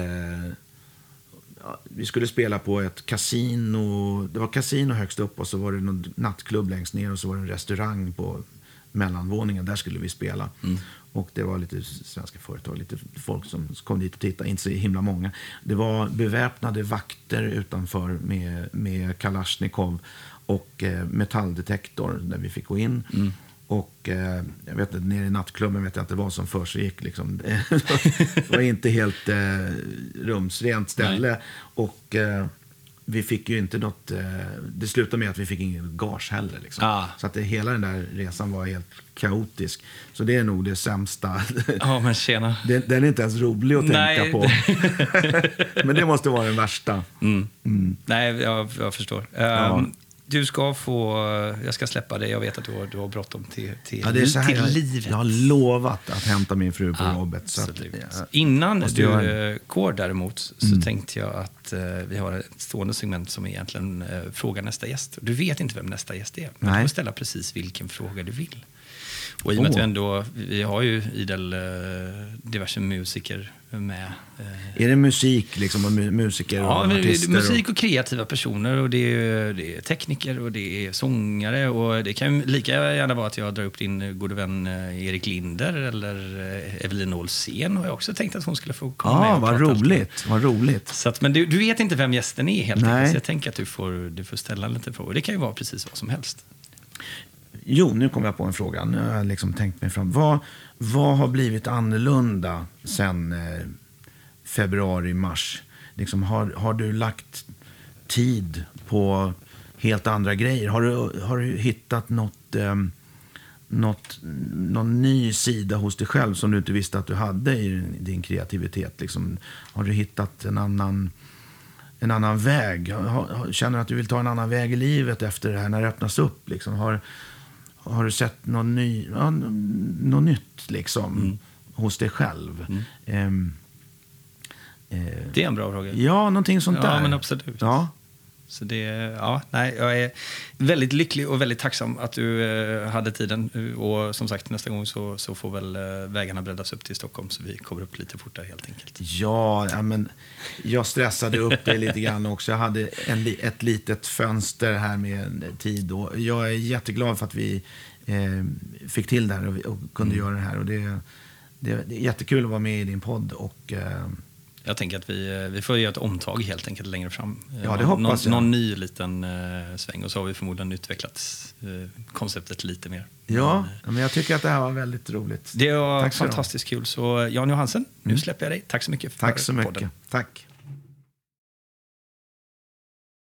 vi skulle spela på ett kasino. Det var kasino högst upp, och så var det någon nattklubb längst ner, och så var det en restaurang på mellanvåningen. Där skulle vi spela. Och det var lite svenska företag, lite folk som kom dit och tittade, inte så himla många. Det var beväpnade vakter utanför med Kalashnikov och metalldetektor där vi fick gå in. Och jag vet inte, nere i nattklubben vet jag inte vad som för sig gick liksom. Det var inte helt rumsrent ställe. Nej. Och vi fick ju inte något... det slutade med att vi fick ingen gage heller. Liksom. Så att hela den där resan var helt kaotisk. Så det är nog det sämsta. Ja, men tjena. Den är inte ens rolig att tänka på. Men det måste vara den värsta. Nej, jag förstår. Du ska få... Jag ska släppa dig. Jag vet att du har bråttom till livet. Jag har lovat att hämta min fru på jobbet. Så att, innan du går däremot så tänkte jag att vi har ett stående segment som är egentligen fråga nästa gäst. Du vet inte vem nästa gäst är. Men du får ställa precis vilken fråga du vill. Och i och med att vi har ju idel diverse musiker med. Är det musik liksom, och musiker och artister? Musik och kreativa personer, och det är tekniker och det är sångare, och det kan ju lika gärna vara att jag drar upp din gode vän Erik Linder eller Evelina Olsén, har jag också tänkt att hon skulle få komma med och prata. Vad roligt. Så att, men du vet inte vem gästen är helt enkelt, så jag tänker att du får ställa en liten fråga. Det kan ju vara precis vad som helst. Jo, nu kommer jag på en fråga. Nu har jag liksom tänkt mig fram. Vad har blivit annorlunda sen februari, mars? Liksom, har du lagt tid på helt andra grejer? Har du hittat någon ny sida hos dig själv som du inte visste att du hade i din kreativitet? Liksom, har du hittat en annan väg? Känner du att du vill ta en annan väg i livet efter det här, när det öppnas upp? Liksom? Har du sett något nytt liksom, hos dig själv? Det är en bra fråga. Ja, någonting sånt där. Ja, men absolut. Ja. Så jag är väldigt lycklig och väldigt tacksam att du hade tiden. Och som sagt, nästa gång så får väl vägarna breddas upp till Stockholm, så vi kommer upp lite fortare helt enkelt. Ja, men jag stressade upp det lite grann också. Jag hade ett litet fönster här med tid. Och jag är jätteglad för att vi fick till det här och kunde göra det här. Och det är jättekul att vara med i din podd. Och jag tänker att vi får göra ett omtag helt enkelt längre fram. Ja, det hoppas jag. Någon ny liten sväng, och så har vi förmodligen utvecklat konceptet lite mer. Ja, men jag tycker att det här var väldigt roligt. Det var fantastiskt kul. Så Jan Johansen, nu släpper jag dig. Tack så mycket för Tack så mycket. podden. Tack.